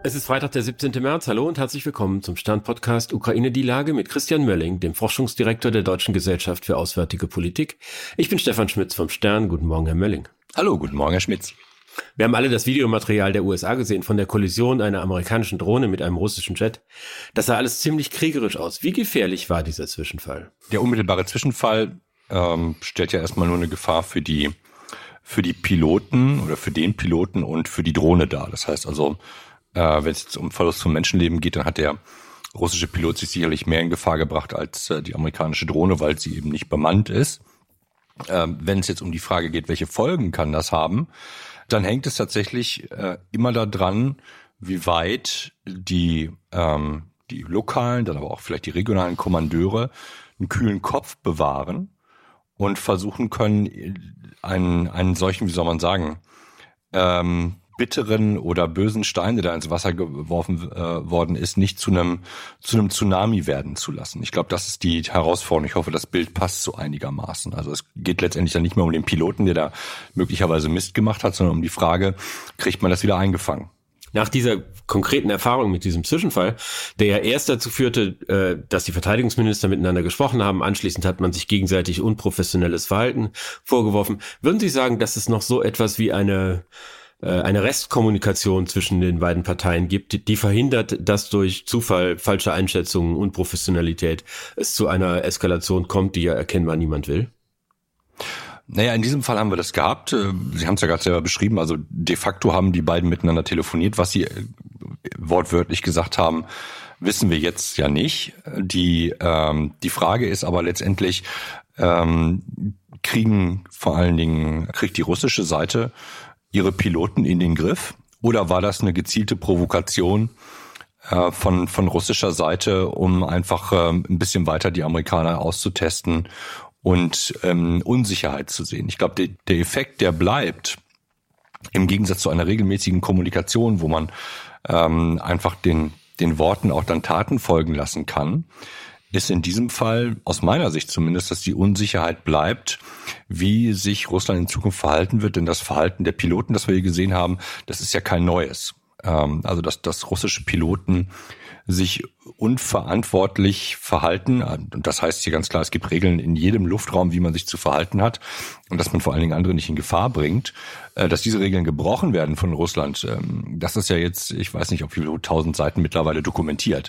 Es ist Freitag, der 17. März. Hallo und herzlich willkommen zum Stern-Podcast Ukraine die Lage mit Christian Mölling, dem Forschungsdirektor der Deutschen Gesellschaft für Auswärtige Politik. Ich bin Stefan Schmitz vom Stern. Guten Morgen, Herr Mölling. Hallo, guten Morgen, Herr Schmitz. Wir haben alle das Videomaterial der USA gesehen von der Kollision einer amerikanischen Drohne mit einem russischen Jet. Das sah alles ziemlich kriegerisch aus. Wie gefährlich war dieser Zwischenfall? Der unmittelbare Zwischenfall stellt ja erstmal nur eine Gefahr für die Piloten oder für den Piloten und für die Drohne dar. Das heißt also, wenn es jetzt um Verlust von Menschenleben geht, dann hat der russische Pilot sich sicherlich mehr in Gefahr gebracht als die amerikanische Drohne, weil sie eben nicht bemannt ist. Wenn es jetzt um die Frage geht, welche Folgen kann das haben, dann hängt es tatsächlich immer daran, wie weit die lokalen, dann aber auch vielleicht die regionalen Kommandeure einen kühlen Kopf bewahren und versuchen können, einen solchen, wie soll man sagen, bitteren oder bösen Stein, der da ins Wasser geworfen worden ist, nicht zu einem Tsunami werden zu lassen. Ich glaube, das ist die Herausforderung. Ich hoffe, das Bild passt so einigermaßen. Also es geht letztendlich dann nicht mehr um den Piloten, der da möglicherweise Mist gemacht hat, sondern um die Frage, kriegt man das wieder eingefangen? Nach dieser konkreten Erfahrung mit diesem Zwischenfall, der ja erst dazu führte, dass die Verteidigungsminister miteinander gesprochen haben, anschließend hat man sich gegenseitig unprofessionelles Verhalten vorgeworfen. Würden Sie sagen, dass es noch so etwas wie eine Restkommunikation zwischen den beiden Parteien gibt, die verhindert, dass durch Zufall, falsche Einschätzungen, Unprofessionalität es zu einer Eskalation kommt, die ja erkennbar niemand will? Naja, in diesem Fall haben wir das gehabt. Sie haben es ja gerade selber beschrieben. Also de facto haben die beiden miteinander telefoniert. Was sie wortwörtlich gesagt haben, wissen wir jetzt ja nicht. Die Frage ist aber letztendlich, kriegt die russische Seite ihre Piloten in den Griff? Oder war das eine gezielte Provokation von russischer Seite, um einfach ein bisschen weiter die Amerikaner auszutesten und Unsicherheit zu sehen? Ich glaube, der Effekt, der bleibt, im Gegensatz zu einer regelmäßigen Kommunikation, wo man einfach den Worten auch dann Taten folgen lassen kann, ist in diesem Fall, aus meiner Sicht zumindest, dass die Unsicherheit bleibt, wie sich Russland in Zukunft verhalten wird. Denn das Verhalten der Piloten, das wir hier gesehen haben, das ist ja kein neues. Also dass russische Piloten sich unverantwortlich verhalten. Und das heißt hier ganz klar, es gibt Regeln in jedem Luftraum, wie man sich zu verhalten hat und dass man vor allen Dingen andere nicht in Gefahr bringt. Dass diese Regeln gebrochen werden von Russland, das ist ja jetzt, ich weiß nicht, auf wie viele 1000 Seiten mittlerweile dokumentiert.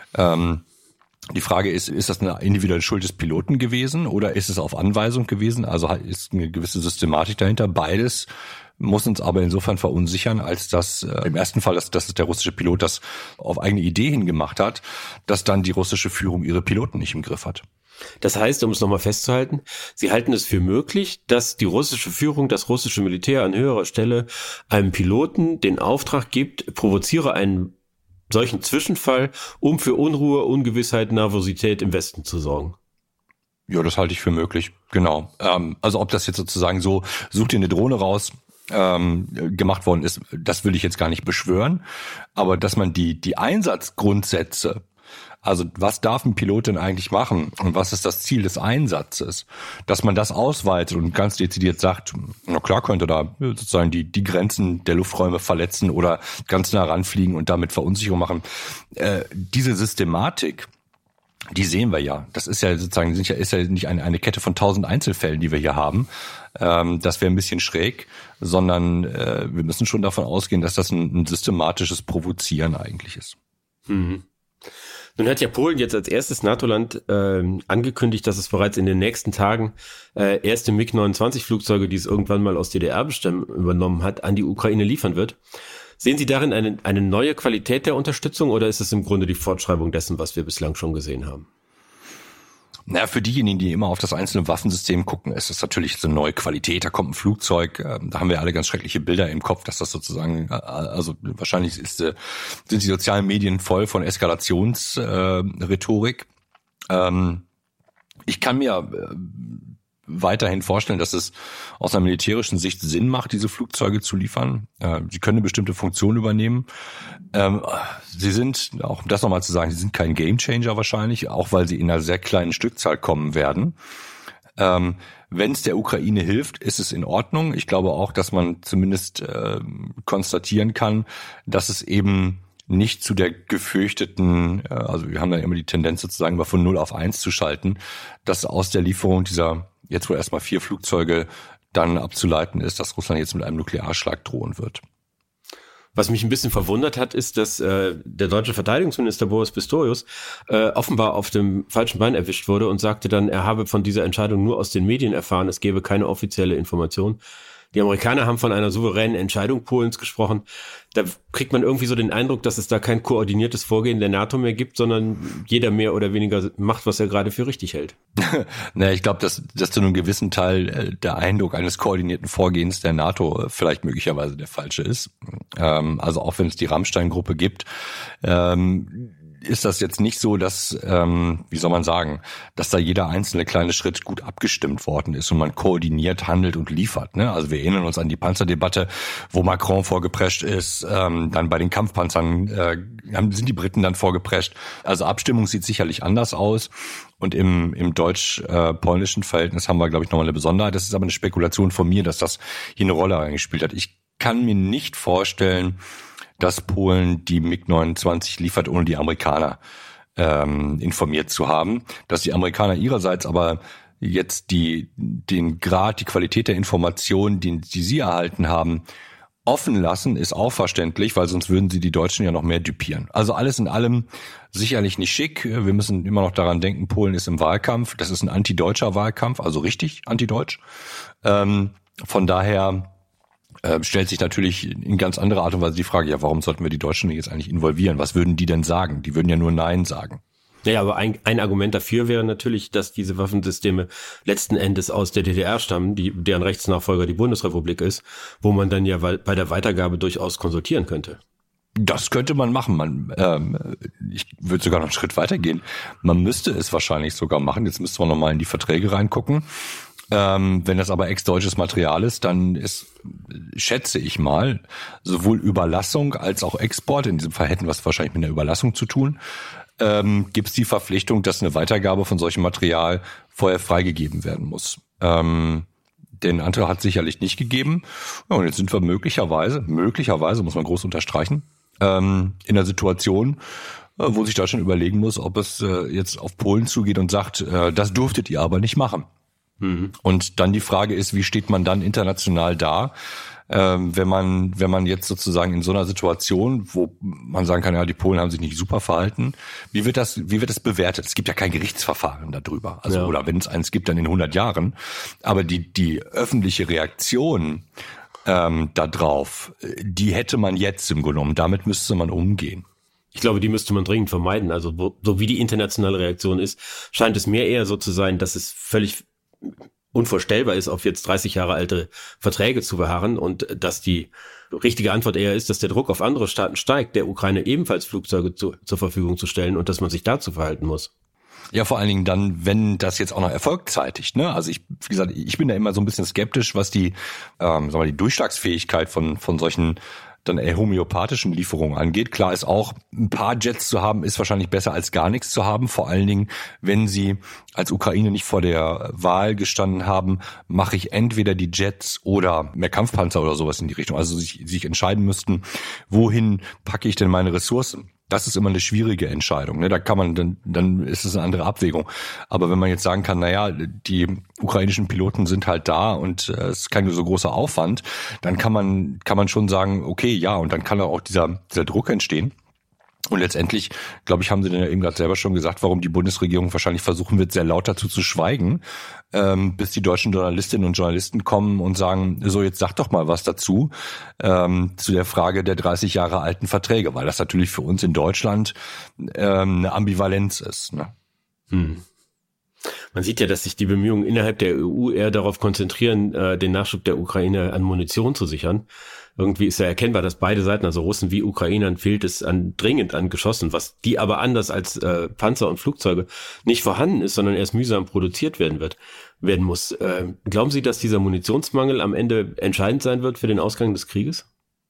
Die Frage ist das eine individuelle Schuld des Piloten gewesen oder ist es auf Anweisung gewesen? Also ist eine gewisse Systematik dahinter. Beides muss uns aber insofern verunsichern, als dass im ersten Fall, dass der russische Pilot das auf eigene Idee hingemacht hat, dass dann die russische Führung ihre Piloten nicht im Griff hat. Das heißt, um es nochmal festzuhalten, Sie halten es für möglich, dass die russische Führung, das russische Militär an höherer Stelle einem Piloten den Auftrag gibt, provoziere einen solchen Zwischenfall, um für Unruhe, Ungewissheit, Nervosität im Westen zu sorgen? Ja, das halte ich für möglich, genau. Also ob das jetzt sozusagen so, sucht ihr eine Drohne raus, gemacht worden ist, das will ich jetzt gar nicht beschwören. Aber dass man die Einsatzgrundsätze, also was darf ein Pilot denn eigentlich machen und was ist das Ziel des Einsatzes, dass man das ausweitet und ganz dezidiert sagt, na klar könnte da sozusagen die Grenzen der Lufträume verletzen oder ganz nah ranfliegen und damit Verunsicherung machen. Diese Systematik, die sehen wir ja. Das ist ja sozusagen, ist ja nicht eine Kette von 1000 Einzelfällen, die wir hier haben. Das wäre ein bisschen schräg, sondern wir müssen schon davon ausgehen, dass das ein systematisches Provozieren eigentlich ist. Mhm. Nun hat ja Polen jetzt als erstes NATO-Land angekündigt, dass es bereits in den nächsten Tagen erste MiG-29-Flugzeuge, die es irgendwann mal aus DDR-Beständen übernommen hat, an die Ukraine liefern wird. Sehen Sie darin eine neue Qualität der Unterstützung oder ist es im Grunde die Fortschreibung dessen, was wir bislang schon gesehen haben? Na, für diejenigen, die immer auf das einzelne Waffensystem gucken, ist es natürlich so eine neue Qualität. Da kommt ein Flugzeug, da haben wir alle ganz schreckliche Bilder im Kopf, dass das sozusagen, also wahrscheinlich sind die sozialen Medien voll von Eskalationsrhetorik. Ich kann mir weiterhin vorstellen, dass es aus einer militärischen Sicht Sinn macht, diese Flugzeuge zu liefern. Sie können eine bestimmte Funktion übernehmen. Sie sind, auch um das nochmal zu sagen, sie sind kein Gamechanger wahrscheinlich, auch weil sie in einer sehr kleinen Stückzahl kommen werden. Wenn es der Ukraine hilft, ist es in Ordnung. Ich glaube auch, dass man zumindest konstatieren kann, dass es eben nicht zu der gefürchteten, also wir haben ja immer die Tendenz sozusagen mal von 0 auf 1 zu schalten, dass aus der Lieferung dieser jetzt wohl erstmal 4 Flugzeuge dann abzuleiten ist, dass Russland jetzt mit einem Nuklearschlag drohen wird. Was mich ein bisschen verwundert hat, ist, dass der deutsche Verteidigungsminister Boris Pistorius offenbar auf dem falschen Bein erwischt wurde und sagte dann, er habe von dieser Entscheidung nur aus den Medien erfahren, es gebe keine offizielle Information. Die Amerikaner haben von einer souveränen Entscheidung Polens gesprochen. Da kriegt man irgendwie so den Eindruck, dass es da kein koordiniertes Vorgehen der NATO mehr gibt, sondern jeder mehr oder weniger macht, was er gerade für richtig hält. Naja, ich glaube, dass zu einem gewissen Teil der Eindruck eines koordinierten Vorgehens der NATO vielleicht möglicherweise der falsche ist. Also auch wenn es die Rammstein-Gruppe gibt, ist das jetzt nicht so, dass, wie soll man sagen, dass da jeder einzelne kleine Schritt gut abgestimmt worden ist und man koordiniert handelt und liefert. Ne? Also wir erinnern uns an die Panzerdebatte, wo Macron vorgeprescht ist, dann bei den Kampfpanzern sind die Briten dann vorgeprescht. Also Abstimmung sieht sicherlich anders aus. Und im deutsch-polnischen Verhältnis haben wir, glaube ich, nochmal eine Besonderheit. Das ist aber eine Spekulation von mir, dass das hier eine Rolle eingespielt hat. Ich kann mir nicht vorstellen, dass Polen die MiG-29 liefert, ohne die Amerikaner informiert zu haben. Dass die Amerikaner ihrerseits aber jetzt den Grad, die Qualität der Informationen, die sie erhalten haben, offen lassen, ist auch verständlich, weil sonst würden sie die Deutschen ja noch mehr düpieren. Also alles in allem sicherlich nicht schick. Wir müssen immer noch daran denken, Polen ist im Wahlkampf. Das ist ein antideutscher Wahlkampf, also richtig antideutsch. Von daher stellt sich natürlich in ganz andere Art und Weise die Frage, ja, warum sollten wir die Deutschen jetzt eigentlich involvieren? Was würden die denn sagen? Die würden ja nur Nein sagen. Ja, aber ein Argument dafür wäre natürlich, dass diese Waffensysteme letzten Endes aus der DDR stammen, deren Rechtsnachfolger die Bundesrepublik ist, wo man dann ja bei der Weitergabe durchaus konsultieren könnte. Das könnte man machen. Ich würde sogar noch einen Schritt weiter gehen. Man müsste es wahrscheinlich sogar machen. Jetzt müsste man nochmal in die Verträge reingucken. Wenn das aber ex-deutsches Material ist, dann ist, schätze ich mal, sowohl Überlassung als auch Export, in diesem Fall hätten wir es wahrscheinlich mit einer Überlassung zu tun, gibt es die Verpflichtung, dass eine Weitergabe von solchem Material vorher freigegeben werden muss. Den Antrag hat es sicherlich nicht gegeben. Ja, und jetzt sind wir möglicherweise, muss man groß unterstreichen, in der Situation, wo sich Deutschland überlegen muss, ob es jetzt auf Polen zugeht und sagt, das durftet ihr aber nicht machen. Und dann die Frage ist, wie steht man dann international da, wenn man jetzt sozusagen in so einer Situation, wo man sagen kann, ja, die Polen haben sich nicht super verhalten, wie wird das bewertet? Es gibt ja kein Gerichtsverfahren darüber, also ja. Oder wenn es eins gibt, dann in 100 Jahren. Aber die öffentliche Reaktion da drauf, die hätte man jetzt im Grunde genommen. Damit müsste man umgehen. Ich glaube, die müsste man dringend vermeiden. Also so wie die internationale Reaktion ist, scheint es mir eher so zu sein, dass es völlig unvorstellbar ist, auf jetzt 30 Jahre alte Verträge zu beharren und dass die richtige Antwort eher ist, dass der Druck auf andere Staaten steigt, der Ukraine ebenfalls Flugzeuge zur Verfügung zu stellen und dass man sich dazu verhalten muss. Ja, vor allen Dingen dann, wenn das jetzt auch noch Erfolg zeitigt, ne? Also wie gesagt, ich bin da immer so ein bisschen skeptisch, was die Durchschlagsfähigkeit von solchen dann eher homöopathischen Lieferungen angeht. Klar ist auch, ein paar Jets zu haben, ist wahrscheinlich besser als gar nichts zu haben. Vor allen Dingen, wenn sie als Ukraine nicht vor der Wahl gestanden haben, mache ich entweder die Jets oder mehr Kampfpanzer oder sowas in die Richtung. Also sich entscheiden müssten, wohin packe ich denn meine Ressourcen? Das ist immer eine schwierige Entscheidung. Ne? Da kann man dann ist es eine andere Abwägung. Aber wenn man jetzt sagen kann, naja, die ukrainischen Piloten sind halt da und es ist kein so großer Aufwand, dann kann man schon sagen, okay, ja, und dann kann auch dieser Druck entstehen. Und letztendlich, glaube ich, haben Sie denn ja eben gerade selber schon gesagt, warum die Bundesregierung wahrscheinlich versuchen wird, sehr laut dazu zu schweigen, bis die deutschen Journalistinnen und Journalisten kommen und sagen, so, jetzt sag doch mal was dazu, zu der Frage der 30 Jahre alten Verträge, weil das natürlich für uns in Deutschland eine Ambivalenz ist. Ne? Man sieht ja, dass sich die Bemühungen innerhalb der EU eher darauf konzentrieren, den Nachschub der Ukraine an Munition zu sichern. Irgendwie ist ja erkennbar, dass beide Seiten, also Russen wie Ukrainern, fehlt es dringend an Geschossen, was die aber anders als Panzer und Flugzeuge nicht vorhanden ist, sondern erst mühsam produziert werden muss. Glauben Sie, dass dieser Munitionsmangel am Ende entscheidend sein wird für den Ausgang des Krieges?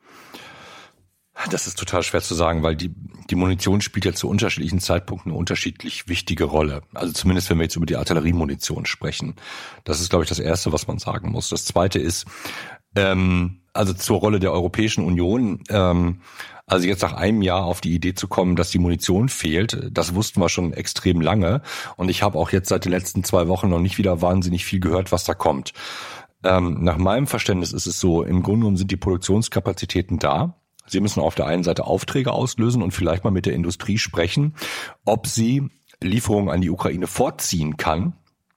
Das ist total schwer zu sagen, weil die Munition spielt ja zu unterschiedlichen Zeitpunkten eine unterschiedlich wichtige Rolle. Also zumindest, wenn wir jetzt über die Artilleriemunition sprechen. Das ist, glaube ich, das Erste, was man sagen muss. Das Zweite ist, Also zur Rolle der Europäischen Union. Also jetzt nach einem Jahr auf die Idee zu kommen, dass die Munition fehlt, das wussten wir schon extrem lange. Und ich habe auch jetzt seit den letzten 2 Wochen noch nicht wieder wahnsinnig viel gehört, was da kommt. Nach meinem Verständnis ist es so, im Grunde genommen sind die Produktionskapazitäten da. Sie müssen auf der einen Seite Aufträge auslösen und vielleicht mal mit der Industrie sprechen, ob sie Lieferungen an die Ukraine vorziehen kann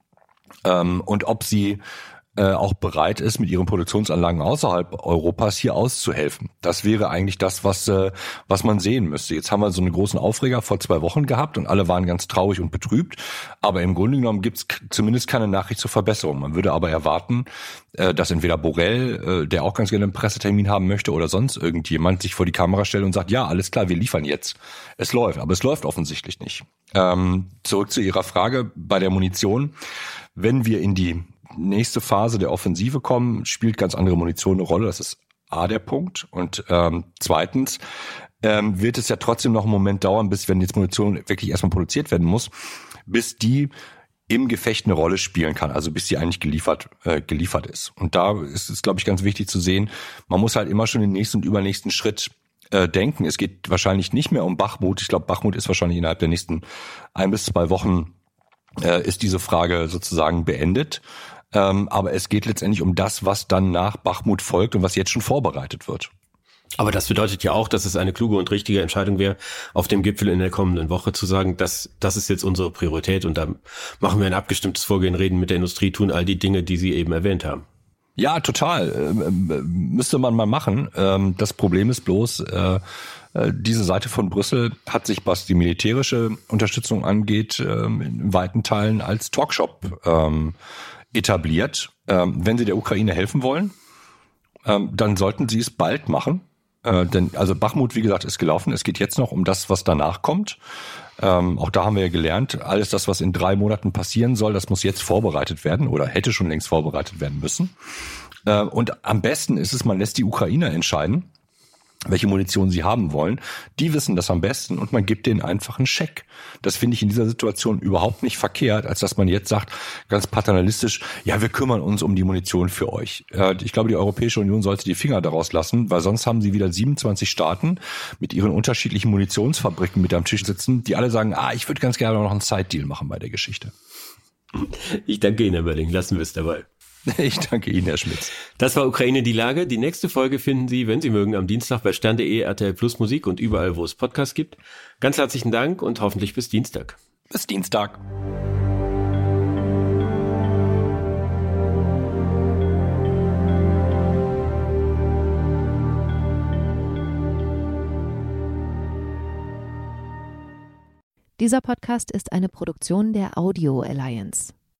und ob sie auch bereit ist, mit ihren Produktionsanlagen außerhalb Europas hier auszuhelfen. Das wäre eigentlich das, was man sehen müsste. Jetzt haben wir so einen großen Aufreger vor 2 Wochen gehabt und alle waren ganz traurig und betrübt. Aber im Grunde genommen gibt es zumindest keine Nachricht zur Verbesserung. Man würde aber erwarten, dass entweder Borrell, der auch ganz gerne einen Pressetermin haben möchte, oder sonst irgendjemand sich vor die Kamera stellt und sagt, ja, alles klar, wir liefern jetzt. Es läuft, aber es läuft offensichtlich nicht. Zurück zu Ihrer Frage bei der Munition. Wenn wir in die nächste Phase der Offensive kommen, spielt ganz andere Munition eine Rolle. Das ist A, der Punkt. Und zweitens wird es ja trotzdem noch einen Moment dauern, bis, wenn jetzt Munition wirklich erstmal produziert werden muss, bis die im Gefecht eine Rolle spielen kann, also bis die eigentlich geliefert ist. Und da ist es, glaube ich, ganz wichtig zu sehen, man muss halt immer schon den nächsten und übernächsten Schritt denken. Es geht wahrscheinlich nicht mehr um Bachmut. Ich glaube, Bachmut ist wahrscheinlich innerhalb der nächsten 1 bis 2 Wochen ist diese Frage sozusagen beendet. Aber es geht letztendlich um das, was dann nach Bachmut folgt und was jetzt schon vorbereitet wird. Aber das bedeutet ja auch, dass es eine kluge und richtige Entscheidung wäre, auf dem Gipfel in der kommenden Woche zu sagen, das ist jetzt unsere Priorität und da machen wir ein abgestimmtes Vorgehen, reden mit der Industrie, tun all die Dinge, die Sie eben erwähnt haben. Ja, total. Müsste man mal machen. Das Problem ist bloß, diese Seite von Brüssel hat sich, was die militärische Unterstützung angeht, in weiten Teilen als Talkshop etabliert. Wenn sie der Ukraine helfen wollen, dann sollten sie es bald machen. Denn also Bachmut, wie gesagt, ist gelaufen. Es geht jetzt noch um das, was danach kommt. Auch da haben wir ja gelernt, alles das, was in 3 Monaten passieren soll, das muss jetzt vorbereitet werden oder hätte schon längst vorbereitet werden müssen. Und am besten ist es, man lässt die Ukrainer entscheiden, welche Munition sie haben wollen. Die wissen das am besten und man gibt denen einfach einen Scheck. Das finde ich in dieser Situation überhaupt nicht verkehrt, als dass man jetzt sagt, ganz paternalistisch, ja, wir kümmern uns um die Munition für euch. Ich glaube, die Europäische Union sollte die Finger daraus lassen, weil sonst haben sie wieder 27 Staaten mit ihren unterschiedlichen Munitionsfabriken mit am Tisch sitzen, die alle sagen, ich würde ganz gerne noch einen Side-Deal machen bei der Geschichte. Ich danke Ihnen, Herr Bölling. Lassen wir es dabei. Ich danke Ihnen, Herr Schmitz. Das war Ukraine die Lage. Die nächste Folge finden Sie, wenn Sie mögen, am Dienstag bei stern.de, RTL Plus Musik und überall, wo es Podcasts gibt. Ganz herzlichen Dank und hoffentlich bis Dienstag. Bis Dienstag. Dieser Podcast ist eine Produktion der Audio Alliance.